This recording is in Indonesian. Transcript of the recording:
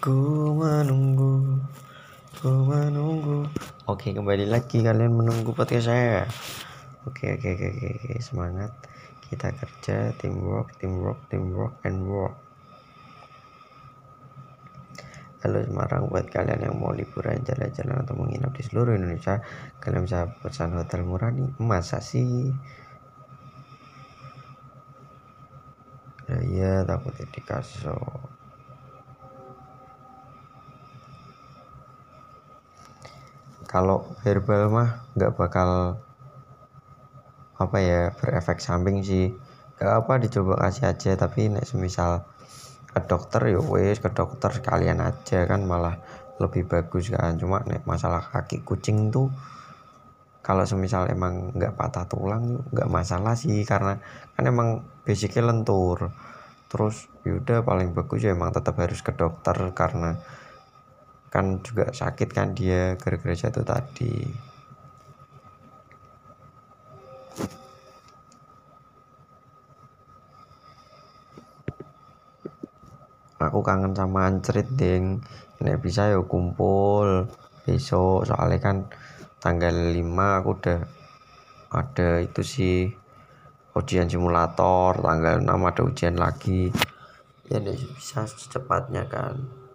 Ku menunggu, ku menunggu. Oke, kembali lagi kalian menunggu podcast saya. Oke, semangat. Kita kerja, teamwork, and work. Halo Semarang, buat kalian yang mau liburan, jalan-jalan atau menginap di seluruh Indonesia, kalian bisa pesan hotel murah nih. Masa sih? Ya takutnya dikasih. Kalau herbal mah nggak bakal berefek samping sih. Gak apa dicoba kasih aja, tapi nek semisal ke dokter ya wes ke dokter sekalian aja kan malah lebih bagus kan. Cuma nek masalah kaki kucing tuh kalau semisal emang nggak patah tulang nggak masalah sih, karena kan emang basicnya lentur. Terus yaudah paling bagus ya emang tetap harus ke dokter, karena kan juga sakit kan dia gara-gara jatuh tadi. Aku kangen sama Ancrit ding. Nek bisa ya kumpul besok, soalnya kan tanggal 5 aku udah ada itu sih ujian simulator, tanggal 6 ada ujian lagi. Ya nek bisa secepatnya kan.